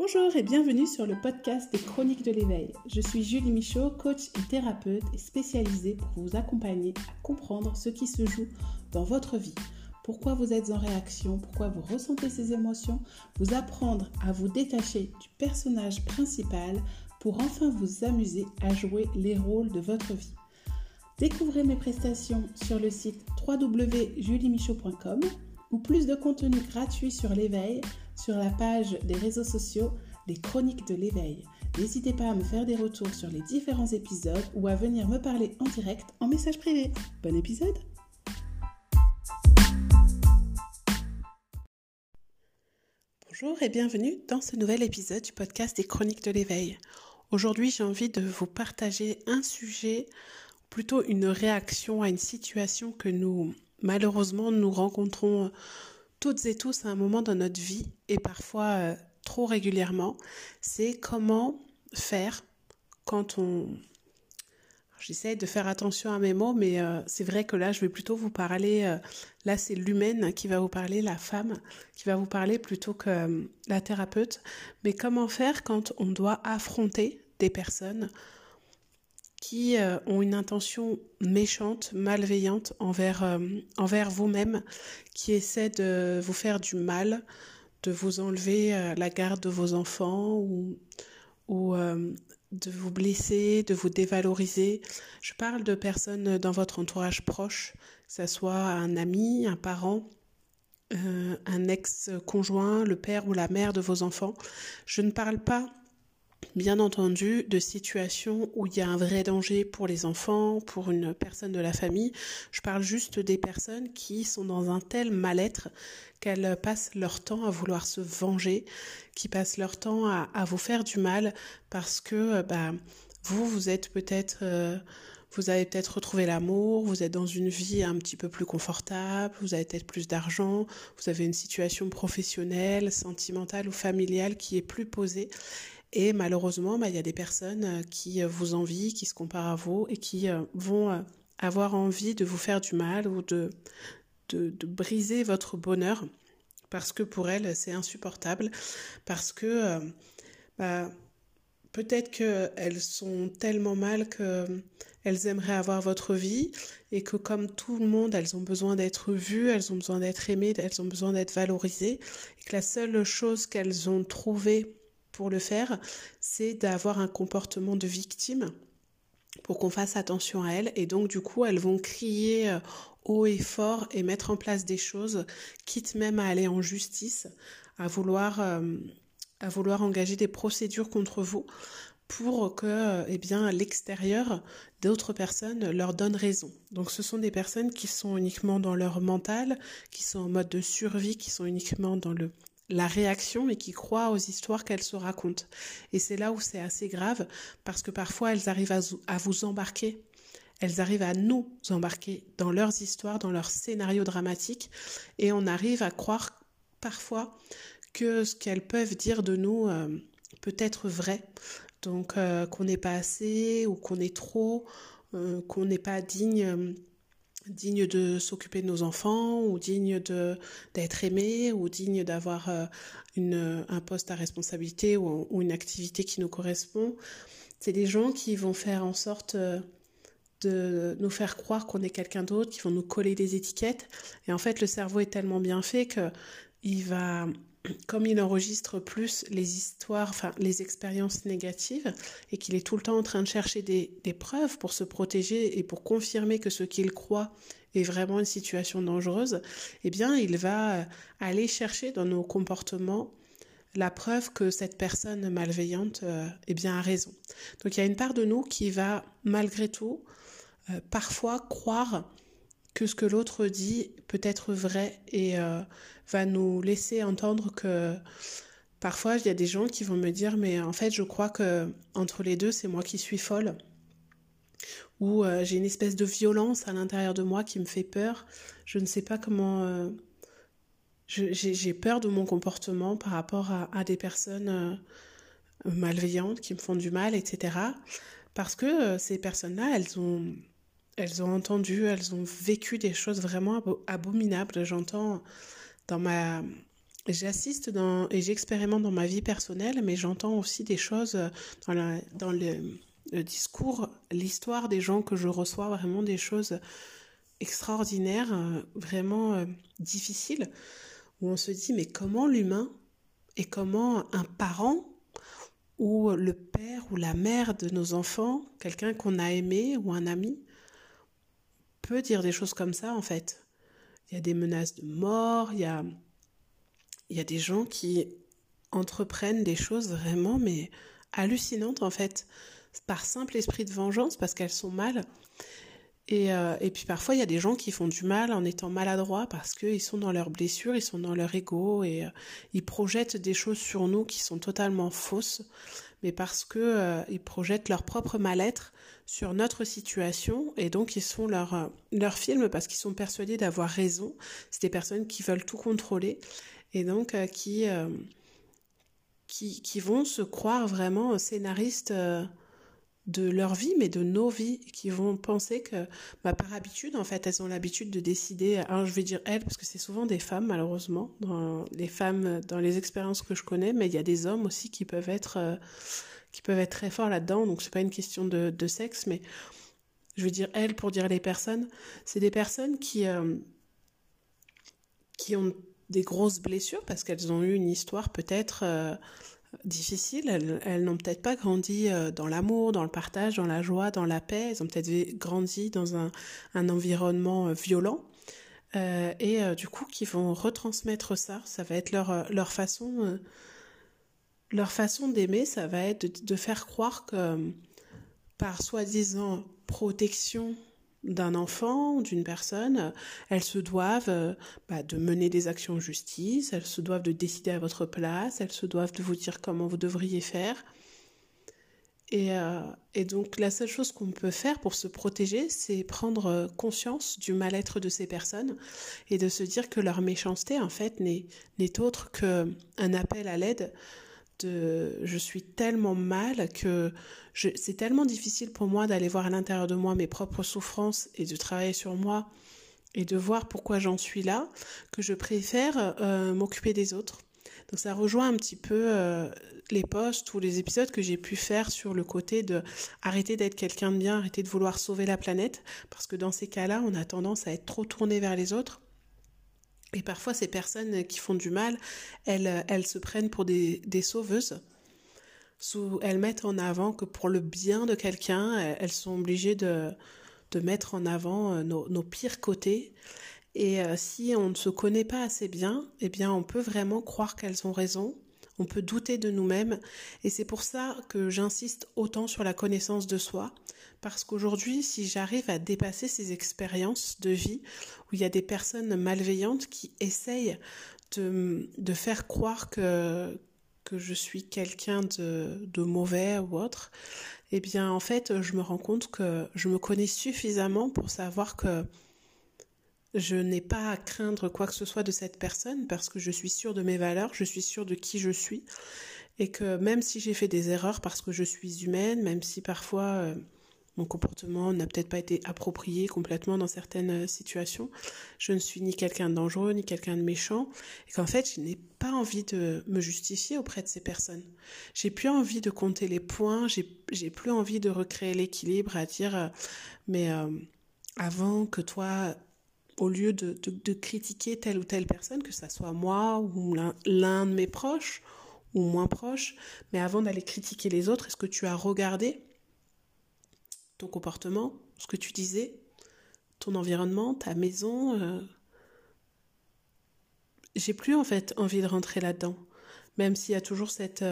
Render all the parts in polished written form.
Bonjour et bienvenue sur le podcast des Chroniques de l'éveil. Je suis Julie Michaud, coach et thérapeute et spécialisée pour vous accompagner à comprendre ce qui se joue dans votre vie. Pourquoi vous êtes en réaction, pourquoi vous ressentez ces émotions, vous apprendre à vous détacher du personnage principal pour enfin vous amuser à jouer les rôles de votre vie. Découvrez mes prestations sur le site www.juliemichaud.com ou plus de contenu gratuit sur l'éveil sur la page des réseaux sociaux des Chroniques de l'éveil. N'hésitez pas à me faire des retours sur les différents épisodes ou à venir me parler en direct en message privé. Bon épisode! Bonjour et bienvenue dans ce nouvel épisode du podcast des Chroniques de l'éveil. Aujourd'hui, j'ai envie de vous partager un sujet, plutôt une réaction à une situation que malheureusement, nous rencontrons toutes et tous à un moment dans notre vie et parfois trop régulièrement. C'est comment faire quand on... J'essaie de faire attention à mes mots, mais c'est vrai que là, je vais plutôt vous parler... là, c'est l'humaine qui va vous parler, la femme qui va vous parler plutôt que la thérapeute. Mais comment faire quand on doit affronter des personnes qui ont une intention méchante, malveillante envers vous-même, qui essaient de vous faire du mal, de vous enlever la garde de vos enfants ou de vous blesser, de vous dévaloriser. Je parle de personnes dans votre entourage proche, que ce soit un ami, un parent, un ex-conjoint, le père ou la mère de vos enfants. Je ne parle pas bien entendu, de situations où il y a un vrai danger pour les enfants, pour une personne de la famille. Je parle juste des personnes qui sont dans un tel mal-être qu'elles passent leur temps à vouloir se venger, qui passent leur temps à vous faire du mal parce que vous êtes peut-être... vous avez peut-être retrouvé l'amour, vous êtes dans une vie un petit peu plus confortable, vous avez peut-être plus d'argent, vous avez une situation professionnelle, sentimentale ou familiale qui est plus posée. Et malheureusement, il y a des personnes qui vous envient, qui se comparent à vous et qui vont avoir envie de vous faire du mal ou de briser votre bonheur parce que pour elles, c'est insupportable. Parce que peut-être qu'elles sont tellement mal qu'elles aimeraient avoir votre vie et que comme tout le monde, elles ont besoin d'être vues, elles ont besoin d'être aimées, elles ont besoin d'être valorisées et que la seule chose qu'elles ont trouvée pour le faire, c'est d'avoir un comportement de victime pour qu'on fasse attention à elles. Et donc, du coup, elles vont crier haut et fort et mettre en place des choses, quitte même à aller en justice, à vouloir engager des procédures contre vous pour que l'extérieur d'autres personnes leur donne raison. Donc ce sont des personnes qui sont uniquement dans leur mental, qui sont en mode de survie, qui sont uniquement dans la réaction et qui croient aux histoires qu'elles se racontent. Et c'est là où c'est assez grave parce que parfois elles arrivent à vous embarquer, elles arrivent à nous embarquer dans leurs histoires, dans leurs scénarios dramatiques et on arrive à croire parfois que ce qu'elles peuvent dire de nous peut être vrai. Donc qu'on n'est pas assez ou qu'on est trop, qu'on n'est pas digne de s'occuper de nos enfants ou digne d'être aimé ou digne d'avoir un poste à responsabilité ou une activité qui nous correspond. C'est des gens qui vont faire en sorte de nous faire croire qu'on est quelqu'un d'autre, qui vont nous coller des étiquettes. Et en fait, le cerveau est tellement bien fait qu'il va... Comme il enregistre plus les histoires, les expériences négatives et qu'il est tout le temps en train de chercher des preuves pour se protéger et pour confirmer que ce qu'il croit est vraiment une situation dangereuse, il va aller chercher dans nos comportements la preuve que cette personne malveillante a raison. Donc il y a une part de nous qui va malgré tout parfois croire que ce que l'autre dit peut être vrai et va nous laisser entendre que parfois il y a des gens qui vont me dire mais en fait je crois que entre les deux c'est moi qui suis folle ou j'ai une espèce de violence à l'intérieur de moi qui me fait peur, je ne sais pas comment j'ai peur de mon comportement par rapport à des personnes malveillantes qui me font du mal, etc. Parce que ces personnes-là, elles ont entendu, elles ont vécu des choses vraiment abominables. J'entends dans et j'expérimente dans ma vie personnelle, mais j'entends aussi des choses dans le discours, l'histoire des gens que je reçois, vraiment des choses extraordinaires, vraiment difficiles, où on se dit, mais comment l'humain et comment un parent ou le père ou la mère de nos enfants, quelqu'un qu'on a aimé ou un ami, peut dire des choses comme ça en fait. Il y a des menaces de mort, il y a des gens qui entreprennent des choses vraiment mais hallucinantes en fait, par simple esprit de vengeance parce qu'elles sont mal. Et puis parfois il y a des gens qui font du mal en étant maladroits parce qu'ils sont dans leurs blessures, ils sont dans leur ego et ils projettent des choses sur nous qui sont totalement fausses, mais parce que ils projettent leur propre mal-être sur notre situation et donc ils font leur film parce qu'ils sont persuadés d'avoir raison. C'est des personnes qui veulent tout contrôler et donc qui vont se croire vraiment scénaristes de leur vie, mais de nos vies, qui vont penser que, par habitude, en fait, elles ont l'habitude de décider, alors je vais dire elles, parce que c'est souvent des femmes, malheureusement, dans les expériences que je connais, mais il y a des hommes aussi qui peuvent être très forts là-dedans, donc c'est pas une question de sexe, mais je veux dire elles pour dire les personnes, c'est des personnes qui ont des grosses blessures, parce qu'elles ont eu une histoire peut-être difficiles. Elles n'ont peut-être pas grandi dans l'amour, dans le partage, dans la joie, dans la paix. Elles ont peut-être grandi dans un environnement violent. Du coup, qui vont retransmettre ça. Ça va être leur façon d'aimer. Ça va être de faire croire que par soi-disant protection d'un enfant, d'une personne, elles se doivent de mener des actions de justice, elles se doivent de décider à votre place, elles se doivent de vous dire comment vous devriez faire. Et donc la seule chose qu'on peut faire pour se protéger, c'est prendre conscience du mal-être de ces personnes et de se dire que leur méchanceté, en fait, n'est autre qu'un appel à l'aide je suis tellement mal que c'est tellement difficile pour moi d'aller voir à l'intérieur de moi mes propres souffrances et de travailler sur moi et de voir pourquoi j'en suis là, que je préfère m'occuper des autres. Donc ça rejoint un petit peu les posts ou les épisodes que j'ai pu faire sur le côté de arrêter d'être quelqu'un de bien, arrêter de vouloir sauver la planète, parce que dans ces cas-là, on a tendance à être trop tourné vers les autres. Et parfois, ces personnes qui font du mal, elles se prennent pour des sauveuses. Elles mettent en avant que pour le bien de quelqu'un, elles sont obligées de mettre en avant nos pires côtés. Et si on ne se connaît pas assez bien, eh bien, on peut vraiment croire qu'elles ont raison. On peut douter de nous-mêmes. Et c'est pour ça que j'insiste autant sur la connaissance de soi. Parce qu'aujourd'hui, si j'arrive à dépasser ces expériences de vie où il y a des personnes malveillantes qui essayent de faire croire que je suis quelqu'un de mauvais ou autre, eh bien, en fait, je me rends compte que je me connais suffisamment pour savoir que je n'ai pas à craindre quoi que ce soit de cette personne parce que je suis sûre de mes valeurs, je suis sûre de qui je suis et que même si j'ai fait des erreurs parce que je suis humaine, même si parfois mon comportement n'a peut-être pas été approprié complètement dans certaines situations, je ne suis ni quelqu'un de dangereux ni quelqu'un de méchant et qu'en fait je n'ai pas envie de me justifier auprès de ces personnes. J'ai plus envie de compter les points, j'ai plus envie de recréer l'équilibre à dire mais avant que toi, au lieu de critiquer telle ou telle personne, que ça soit moi ou l'un de mes proches ou moins proches, mais avant d'aller critiquer les autres, est-ce que tu as regardé ton comportement, ce que tu disais, ton environnement, ta maison J'ai plus en fait envie de rentrer là-dedans, même s'il y a toujours cette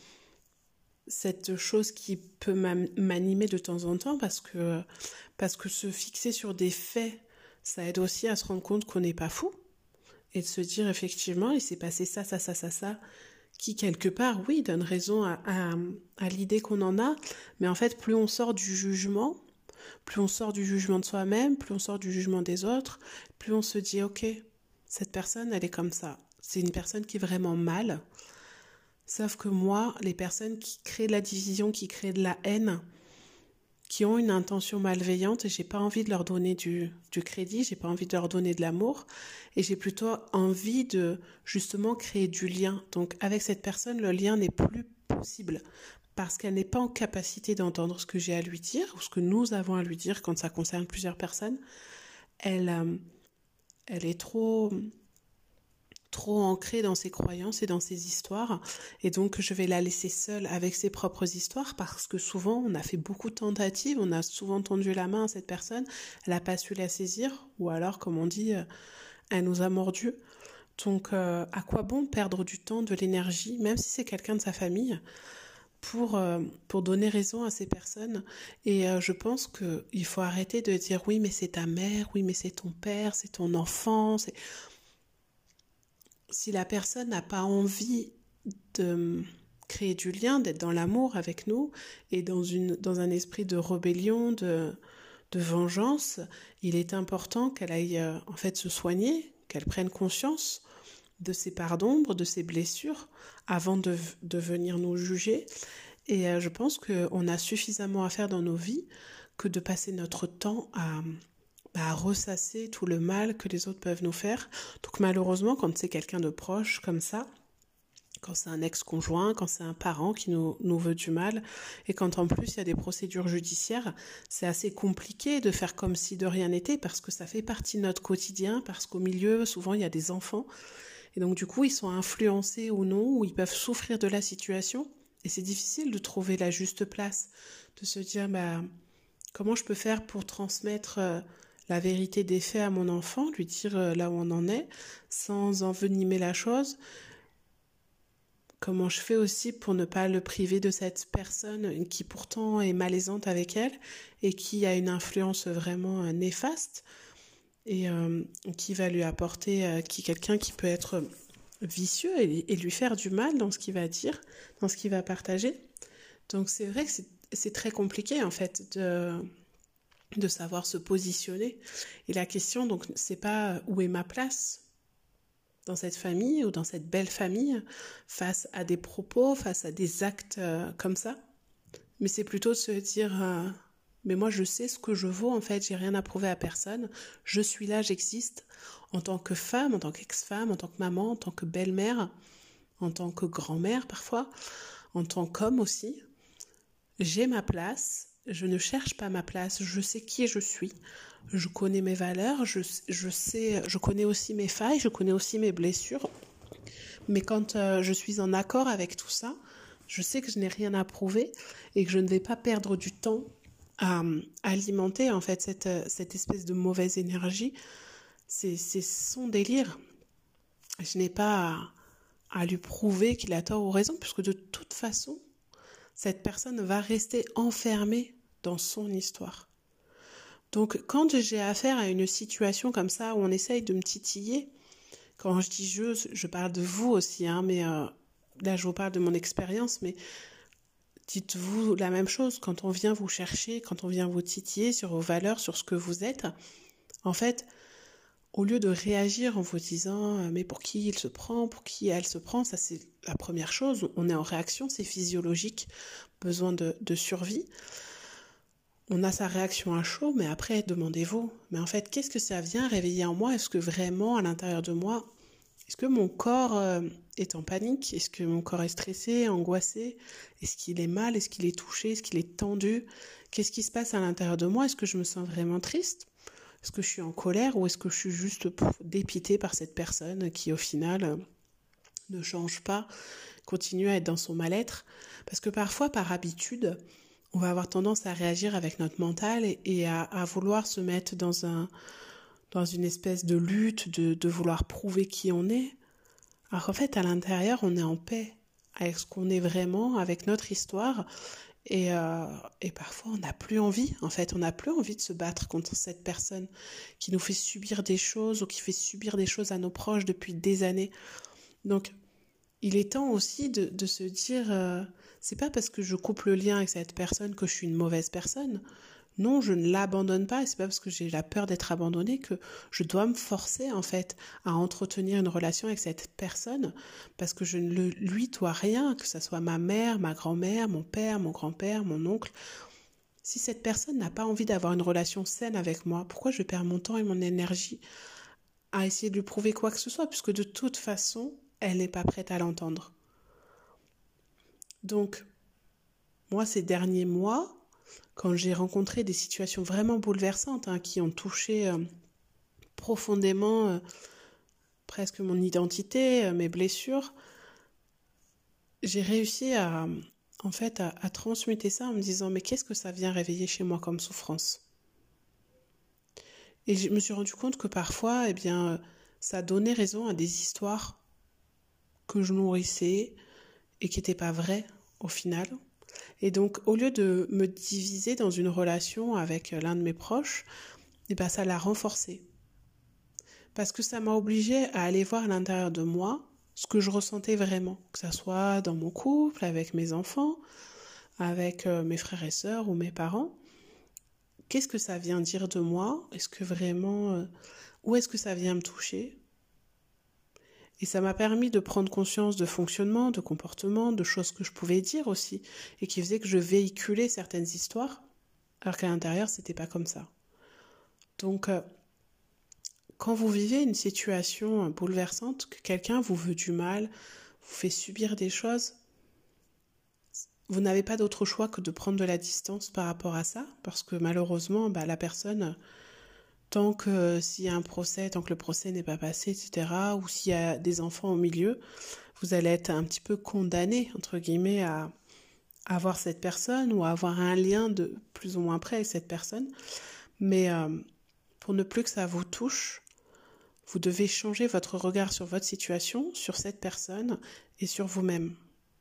chose qui peut m'animer de temps en temps parce que se fixer sur des faits, ça aide aussi à se rendre compte qu'on n'est pas fou et de se dire effectivement il s'est passé ça, qui quelque part, oui, donne raison à l'idée qu'on en a, mais en fait plus on sort du jugement, plus on sort du jugement de soi-même, plus on sort du jugement des autres, plus on se dit ok, cette personne elle est comme ça, c'est une personne qui est vraiment mal. Sauf que moi, les personnes qui créent de la division, qui créent de la haine, qui ont une intention malveillante et j'ai pas envie de leur donner du crédit, j'ai pas envie de leur donner de l'amour et j'ai plutôt envie de justement créer du lien. Donc avec cette personne, le lien n'est plus possible parce qu'elle n'est pas en capacité d'entendre ce que j'ai à lui dire ou ce que nous avons à lui dire quand ça concerne plusieurs personnes. Elle est trop ancrée dans ses croyances et dans ses histoires et donc je vais la laisser seule avec ses propres histoires parce que souvent on a fait beaucoup de tentatives, on a souvent tendu la main à cette personne, elle n'a pas su la saisir ou alors comme on dit, elle nous a mordu. Donc à quoi bon perdre du temps, de l'énergie, même si c'est quelqu'un de sa famille, pour donner raison à ces personnes. Et je pense qu'il faut arrêter de dire oui mais c'est ta mère, oui mais c'est ton père, c'est ton enfant. Si la personne n'a pas envie de créer du lien, d'être dans l'amour avec nous et dans un esprit de rébellion, de vengeance, il est important qu'elle aille en fait se soigner, qu'elle prenne conscience de ses parts d'ombre, de ses blessures, avant de venir nous juger. Et je pense qu'on a suffisamment à faire dans nos vies que de passer notre temps à ressasser tout le mal que les autres peuvent nous faire. Donc malheureusement, quand c'est quelqu'un de proche comme ça, quand c'est un ex-conjoint, quand c'est un parent qui nous veut du mal, et quand en plus il y a des procédures judiciaires, c'est assez compliqué de faire comme si de rien n'était, parce que ça fait partie de notre quotidien, parce qu'au milieu, souvent, il y a des enfants, et donc du coup, ils sont influencés ou non, ou ils peuvent souffrir de la situation, et c'est difficile de trouver la juste place, de se dire, comment je peux faire pour transmettre la vérité des faits à mon enfant, lui dire là où on en est, sans envenimer la chose. Comment je fais aussi pour ne pas le priver de cette personne qui pourtant est malaisante avec elle et qui a une influence vraiment néfaste et qui va lui apporter quelqu'un qui peut être vicieux et lui faire du mal dans ce qu'il va dire, dans ce qu'il va partager. Donc c'est vrai que c'est très compliqué en fait de savoir se positionner. Et la question donc c'est pas où est ma place dans cette famille ou dans cette belle famille face à des propos, face à des actes comme ça. Mais c'est plutôt de se dire mais moi je sais ce que je vaux en fait, j'ai rien à prouver à personne, je suis là, j'existe en tant que femme, en tant qu'ex-femme, en tant que maman, en tant que belle-mère, en tant que grand-mère parfois, en tant qu'homme aussi. J'ai ma place, je ne cherche pas ma place, je sais qui je suis. Je connais mes valeurs, je connais aussi mes failles, je connais aussi mes blessures. Mais quand je suis en accord avec tout ça, je sais que je n'ai rien à prouver et que je ne vais pas perdre du temps à alimenter en fait cette espèce de mauvaise énergie. C'est son délire. Je n'ai pas à lui prouver qu'il a tort ou raison, puisque de toute façon, cette personne va rester enfermée dans son histoire. Donc quand j'ai affaire à une situation comme ça où on essaye de me titiller, quand je dis je parle de vous aussi, mais là je vous parle de mon expérience, mais dites-vous la même chose quand on vient vous chercher, quand on vient vous titiller sur vos valeurs, sur ce que vous êtes. En fait, au lieu de réagir en vous disant mais pour qui il se prend, pour qui elle se prend, ça c'est la première chose, on est en réaction, c'est physiologique, besoin de survie. On a sa réaction à chaud, mais après, demandez-vous, mais en fait, qu'est-ce que ça vient réveiller en moi? Est-ce que vraiment, à l'intérieur de moi, est-ce que mon corps est en panique? Est-ce que mon corps est stressé, angoissé? Est-ce qu'il est mal? Est-ce qu'il est touché? Est-ce qu'il est tendu? Qu'est-ce qui se passe à l'intérieur de moi? Est-ce que je me sens vraiment triste? Est-ce que je suis en colère ou est-ce que je suis juste dépitée par cette personne qui, au final, ne change pas, continue à être dans son mal-être? Parce que parfois, par habitude, on va avoir tendance à réagir avec notre mental et à vouloir se mettre dans une espèce de lutte, de vouloir prouver qui on est. Alors qu'en fait, à l'intérieur, on est en paix avec ce qu'on est vraiment, avec notre histoire. Et parfois, on n'a plus envie. En fait, on n'a plus envie de se battre contre cette personne qui nous fait subir des choses ou qui fait subir des choses à nos proches depuis des années. Donc, il est temps aussi de se dire c'est pas parce que je coupe le lien avec cette personne que je suis une mauvaise personne. Non, je ne l'abandonne pas et c'est pas parce que j'ai la peur d'être abandonnée que je dois me forcer en fait à entretenir une relation avec cette personne parce que je ne lui dois rien, que ce soit ma mère, ma grand-mère, mon père, mon grand-père, mon oncle. Si cette personne n'a pas envie d'avoir une relation saine avec moi, pourquoi je perds mon temps et mon énergie à essayer de lui prouver quoi que ce soit, puisque de toute façon, elle n'est pas prête à l'entendre. Donc, moi, ces derniers mois, quand j'ai rencontré des situations vraiment bouleversantes qui ont touché profondément presque mon identité, mes blessures, j'ai réussi à transmuter ça en me disant mais qu'est-ce que ça vient réveiller chez moi comme souffrance? Et je me suis rendu compte que parfois, ça donnait raison à des histoires que je nourrissais et qui n'étaient pas vraies au final. Et donc, au lieu de me diviser dans une relation avec l'un de mes proches, ça l'a renforcé. Parce que ça m'a obligée à aller voir à l'intérieur de moi ce que je ressentais vraiment, que ça soit dans mon couple, avec mes enfants, avec mes frères et sœurs ou mes parents. Qu'est-ce que ça vient dire de moi? Est-ce que vraiment... où est-ce que ça vient me toucher? Et ça m'a permis de prendre conscience de fonctionnement, de comportement, de choses que je pouvais dire aussi, et qui faisaient que je véhiculais certaines histoires, alors qu'à l'intérieur, c'était pas comme ça. Donc, quand vous vivez une situation bouleversante, que quelqu'un vous veut du mal, vous fait subir des choses, vous n'avez pas d'autre choix que de prendre de la distance par rapport à ça, parce que malheureusement, la personne, s'il y a un procès, tant que le procès n'est pas passé, etc., ou s'il y a des enfants au milieu, vous allez être un petit peu condamné, entre guillemets, à avoir cette personne ou à avoir un lien de plus ou moins près avec cette personne. Mais pour ne plus que ça vous touche, vous devez changer votre regard sur votre situation, sur cette personne et sur vous-même.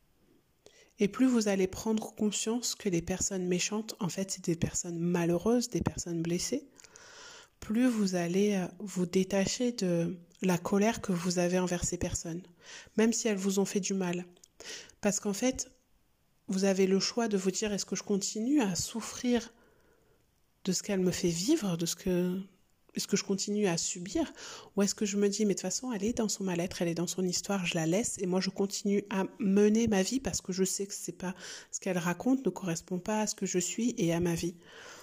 Et plus vous allez prendre conscience que les personnes méchantes, en fait, c'est des personnes malheureuses, des personnes blessées, plus vous allez vous détacher de la colère que vous avez envers ces personnes, même si elles vous ont fait du mal. Parce qu'en fait, vous avez le choix de vous dire, est-ce que je continue à souffrir de ce qu'elle me fait vivre, est-ce que je continue à subir, ou est-ce que je me dis, mais de toute façon, elle est dans son mal-être, elle est dans son histoire, je la laisse, et moi je continue à mener ma vie parce que je sais que c'est pas ce qu'elle raconte ne correspond pas à ce que je suis et à ma vie.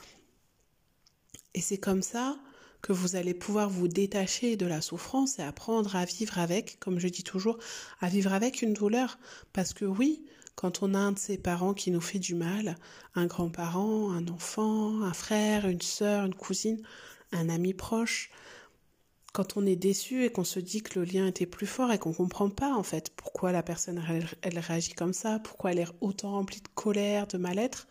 Et c'est comme ça que vous allez pouvoir vous détacher de la souffrance et apprendre à vivre avec, comme je dis toujours, à vivre avec une douleur. Parce que oui, quand on a un de ses parents qui nous fait du mal, un grand-parent, un enfant, un frère, une sœur, une cousine, un ami proche, quand on est déçu et qu'on se dit que le lien était plus fort et qu'on ne comprend pas en fait pourquoi la personne elle réagit comme ça, pourquoi elle est autant remplie de colère, de mal-être,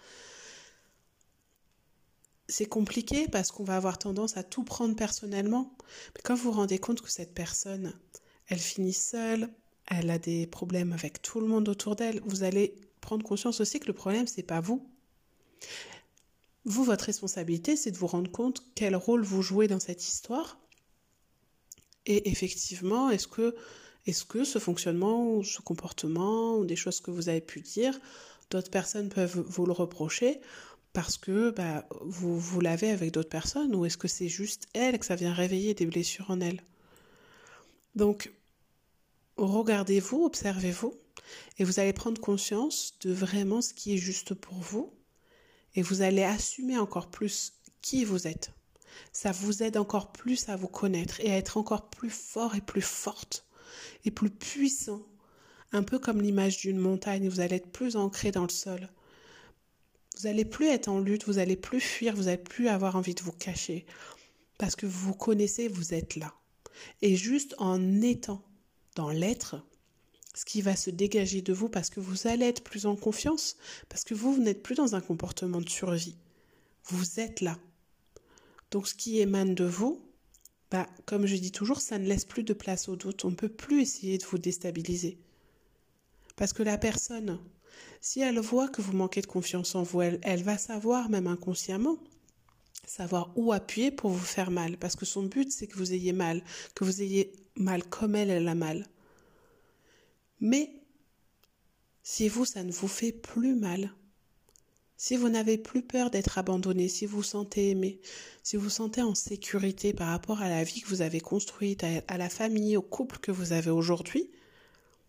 c'est compliqué parce qu'on va avoir tendance à tout prendre personnellement. Mais quand vous vous rendez compte que cette personne, elle finit seule, elle a des problèmes avec tout le monde autour d'elle, vous allez prendre conscience aussi que le problème, c'est pas vous. Vous, votre responsabilité, c'est de vous rendre compte quel rôle vous jouez dans cette histoire. Et effectivement, est-ce que ce fonctionnement ou ce comportement ou des choses que vous avez pu dire, d'autres personnes peuvent vous le reprocher parce que vous l'avez avec d'autres personnes, ou est-ce que c'est juste elle que ça vient réveiller des blessures en elle? Donc, regardez-vous, observez-vous, et vous allez prendre conscience de vraiment ce qui est juste pour vous, et vous allez assumer encore plus qui vous êtes. Ça vous aide encore plus à vous connaître et à être encore plus fort et plus forte et plus puissant. Un peu comme l'image d'une montagne, vous allez être plus ancré dans le sol. Vous n'allez plus être en lutte, vous n'allez plus fuir, vous n'allez plus avoir envie de vous cacher. Parce que vous connaissez, vous êtes là. Et juste en étant dans l'être, ce qui va se dégager de vous, parce que vous allez être plus en confiance, parce que vous n'êtes plus dans un comportement de survie. Vous êtes là. Donc ce qui émane de vous, comme je dis toujours, ça ne laisse plus de place au doute. On ne peut plus essayer de vous déstabiliser. Parce que la personne, si elle voit que vous manquez de confiance en vous, elle va savoir, même inconsciemment, savoir où appuyer pour vous faire mal. Parce que son but, c'est que vous ayez mal comme elle a mal. Mais si vous, ça ne vous fait plus mal, si vous n'avez plus peur d'être abandonné, si vous vous sentez aimé, si vous vous sentez en sécurité par rapport à la vie que vous avez construite, à la famille, au couple que vous avez aujourd'hui,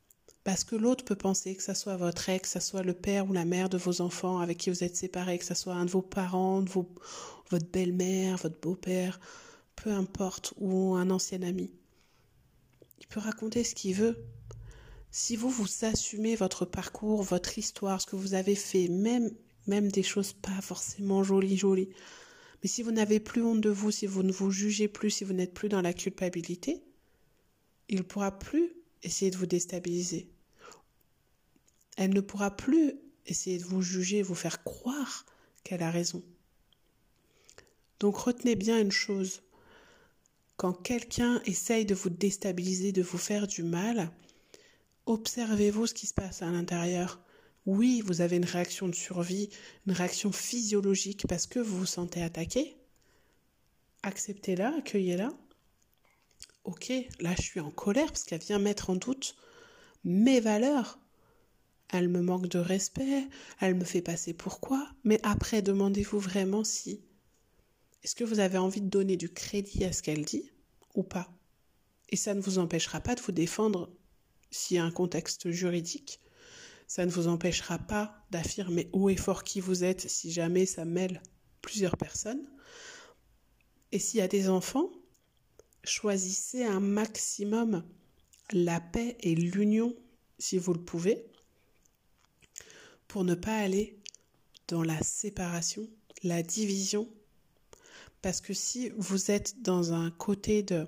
Parce que l'autre peut penser que ça soit votre ex, que ça soit le père ou la mère de vos enfants avec qui vous êtes séparés, que ça soit un de vos parents, votre belle-mère, votre beau-père, peu importe, ou un ancien ami. Il peut raconter ce qu'il veut. Si vous assumez votre parcours, votre histoire, ce que vous avez fait, même des choses pas forcément jolies, mais si vous n'avez plus honte de vous, si vous ne vous jugez plus, si vous n'êtes plus dans la culpabilité, il ne pourra plus essayer de vous déstabiliser. Elle ne pourra plus essayer de vous juger, vous faire croire qu'elle a raison. Donc retenez bien une chose. Quand quelqu'un essaye de vous déstabiliser, de vous faire du mal, observez-vous ce qui se passe à l'intérieur. Oui, vous avez une réaction de survie, une réaction physiologique parce que vous vous sentez attaqué. Acceptez-la, accueillez-la. Ok, là je suis en colère parce qu'elle vient mettre en doute mes valeurs. Elle me manque de respect, elle me fait passer pour quoi? Mais après, demandez-vous vraiment si... Est-ce que vous avez envie de donner du crédit à ce qu'elle dit ou pas? Et ça ne vous empêchera pas de vous défendre s'il y a un contexte juridique. Ça ne vous empêchera pas d'affirmer haut et fort qui vous êtes si jamais ça mêle plusieurs personnes. Et s'il y a des enfants, choisissez un maximum la paix et l'union si vous le pouvez pour ne pas aller dans la séparation, la division. Parce que si vous êtes dans un côté de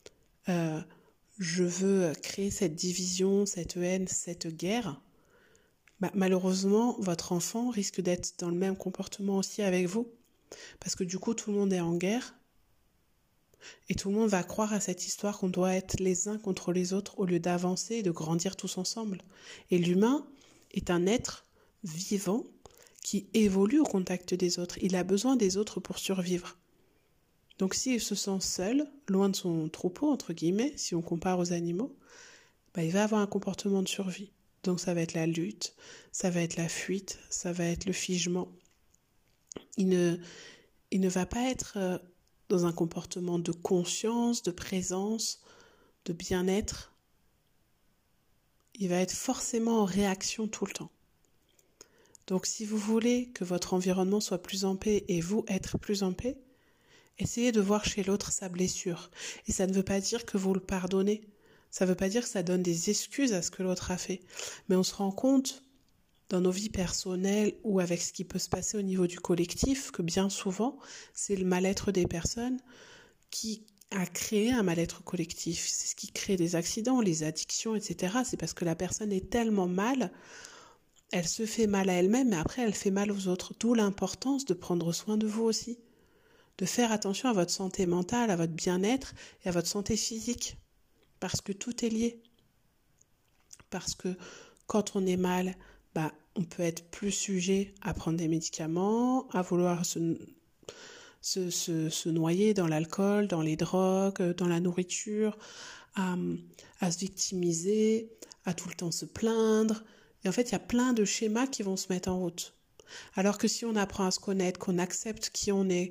je veux créer cette division, cette haine, cette guerre, malheureusement, votre enfant risque d'être dans le même comportement aussi avec vous. Parce que du coup, tout le monde est en guerre et tout le monde va croire à cette histoire qu'on doit être les uns contre les autres au lieu d'avancer et de grandir tous ensemble. Et l'humain est un être vivant qui évolue au contact des autres. Il a besoin des autres pour survivre. Donc s'il se sent seul, loin de son troupeau, entre guillemets, si on compare aux animaux, il va avoir un comportement de survie. Donc ça va être la lutte, ça va être la fuite, ça va être le figement. Il ne va pas être dans un comportement de conscience, de présence, de bien-être. Il va être forcément en réaction tout le temps. Donc si vous voulez que votre environnement soit plus en paix et vous être plus en paix, essayez de voir chez l'autre sa blessure. Et ça ne veut pas dire que vous le pardonnez. Ça ne veut pas dire que ça donne des excuses à ce que l'autre a fait. Mais on se rend compte, dans nos vies personnelles ou avec ce qui peut se passer au niveau du collectif, que bien souvent, c'est le mal-être des personnes qui a créé un mal-être collectif. C'est ce qui crée des accidents, les addictions, etc. C'est parce que la personne est tellement mal, elle se fait mal à elle-même, mais après elle fait mal aux autres. D'où l'importance de prendre soin de vous aussi. De faire attention à votre santé mentale, à votre bien-être et à votre santé physique. Parce que tout est lié. Parce que quand on est mal, on peut être plus sujet à prendre des médicaments, à vouloir se noyer dans l'alcool, dans les drogues, dans la nourriture, à se victimiser, à tout le temps se plaindre. Et en fait, il y a plein de schémas qui vont se mettre en route. Alors que si on apprend à se connaître, qu'on accepte qui on est,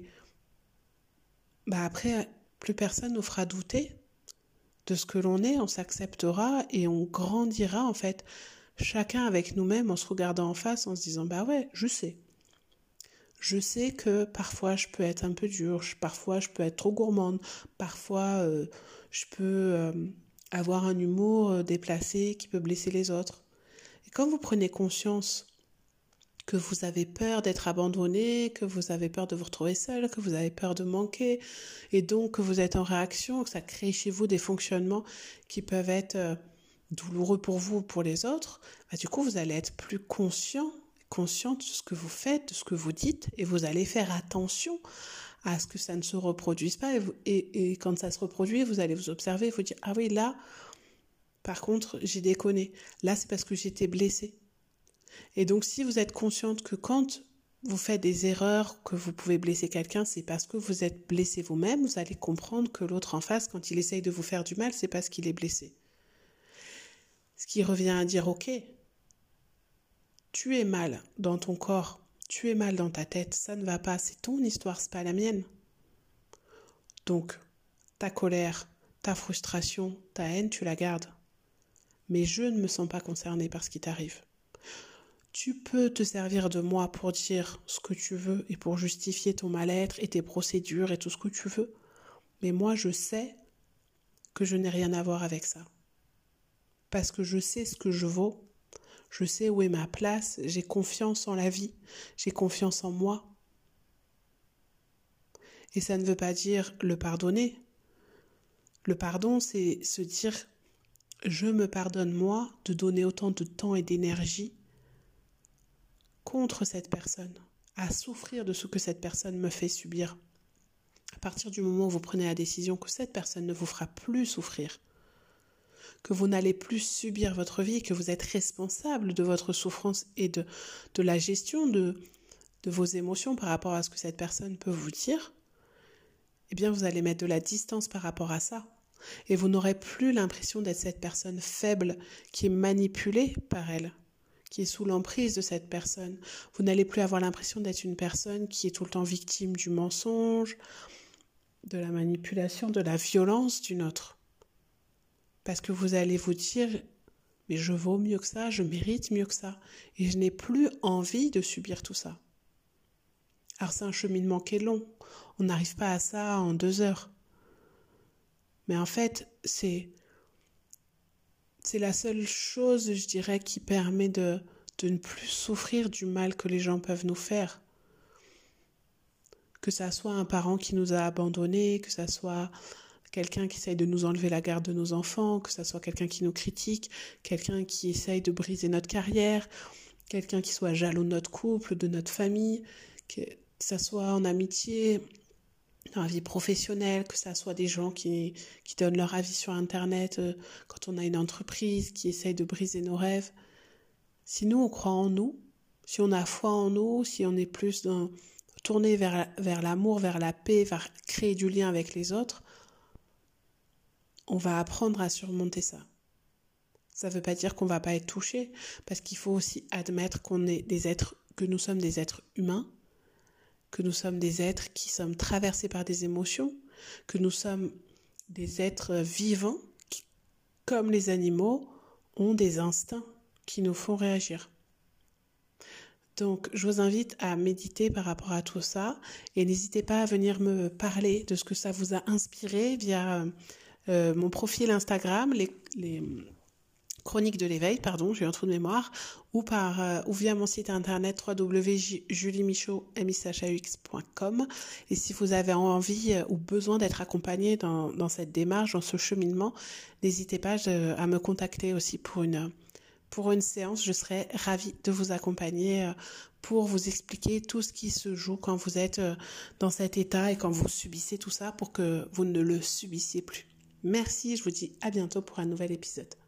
après, plus personne nous fera douter de ce que l'on est, on s'acceptera et on grandira en fait, chacun avec nous-mêmes en se regardant en face, en se disant ouais, je sais. Je sais que parfois je peux être un peu dure, parfois je peux être trop gourmande, parfois je peux avoir un humour déplacé qui peut blesser les autres. Et quand vous prenez conscience que vous avez peur d'être abandonné, que vous avez peur de vous retrouver seul, que vous avez peur de manquer, et donc que vous êtes en réaction, que ça crée chez vous des fonctionnements qui peuvent être douloureux pour vous ou pour les autres, du coup vous allez être plus consciente de ce que vous faites, de ce que vous dites, et vous allez faire attention à ce que ça ne se reproduise pas, et quand ça se reproduit, vous allez vous observer et vous dire « Ah oui, là, par contre, j'ai déconné. Là, c'est parce que j'étais blessée. » Et donc, si vous êtes consciente que quand vous faites des erreurs, que vous pouvez blesser quelqu'un, c'est parce que vous êtes blessé vous-même, vous allez comprendre que l'autre en face, quand il essaye de vous faire du mal, c'est parce qu'il est blessé. Ce qui revient à dire, ok, tu es mal dans ton corps, tu es mal dans ta tête, ça ne va pas, c'est ton histoire, c'est pas la mienne. Donc, ta colère, ta frustration, ta haine, tu la gardes. mais je ne me sens pas concernée par ce qui t'arrive. Tu peux te servir de moi pour dire ce que tu veux et pour justifier ton mal-être et tes procédures et tout ce que tu veux, mais moi je sais que je n'ai rien à voir avec ça. Parce que je sais ce que je vaux, je sais où est ma place, j'ai confiance en la vie, j'ai confiance en moi. Et ça ne veut pas dire le pardonner. Le pardon, c'est se dire « je me pardonne moi de donner autant de temps et d'énergie contre cette personne, à souffrir de ce que cette personne me fait subir. » À partir du moment où vous prenez la décision que cette personne ne vous fera plus souffrir, que vous n'allez plus subir votre vie, que vous êtes responsable de votre souffrance et de la gestion de vos émotions par rapport à ce que cette personne peut vous dire, eh bien vous allez mettre de la distance par rapport à ça. Et vous n'aurez plus l'impression d'être cette personne faible qui est manipulée par elle, qui est sous l'emprise de cette personne. Vous n'allez plus avoir l'impression d'être une personne qui est tout le temps victime du mensonge, de la manipulation, de la violence d'une autre. Parce que vous allez vous dire, mais je vaux mieux que ça, je mérite mieux que ça. Et je n'ai plus envie de subir tout ça. Alors c'est un cheminement qui est long. On n'arrive pas à ça en 2 heures. Mais en fait, c'est la seule chose, je dirais, qui permet de ne plus souffrir du mal que les gens peuvent nous faire. Que ça soit un parent qui nous a abandonnés, que ça soit quelqu'un qui essaye de nous enlever la garde de nos enfants, que ça soit quelqu'un qui nous critique, quelqu'un qui essaye de briser notre carrière, quelqu'un qui soit jaloux de notre couple, de notre famille, que ça soit en amitié, dans la vie professionnelle, que ça soit des gens qui donnent leur avis sur Internet quand on a une entreprise, qui essayent de briser nos rêves. Si nous, on croit en nous, si on a foi en nous, si on est plus tourné vers l'amour, vers la paix, vers créer du lien avec les autres, on va apprendre à surmonter ça. Ça ne veut pas dire qu'on ne va pas être touché, parce qu'il faut aussi admettre que nous sommes des êtres humains, que nous sommes des êtres qui sommes traversés par des émotions, que nous sommes des êtres vivants qui, comme les animaux, ont des instincts qui nous font réagir. Donc, je vous invite à méditer par rapport à tout ça et n'hésitez pas à venir me parler de ce que ça vous a inspiré via mon profil Instagram, les Chroniques de l'éveil, j'ai eu un trou de mémoire, ou via mon site internet www.juliemichaud.com. Et si vous avez envie ou besoin d'être accompagné dans cette démarche, dans ce cheminement, n'hésitez pas à me contacter aussi pour une séance. Je serai ravie de vous accompagner pour vous expliquer tout ce qui se joue quand vous êtes dans cet état et quand vous subissez tout ça pour que vous ne le subissiez plus. Merci, je vous dis à bientôt pour un nouvel épisode.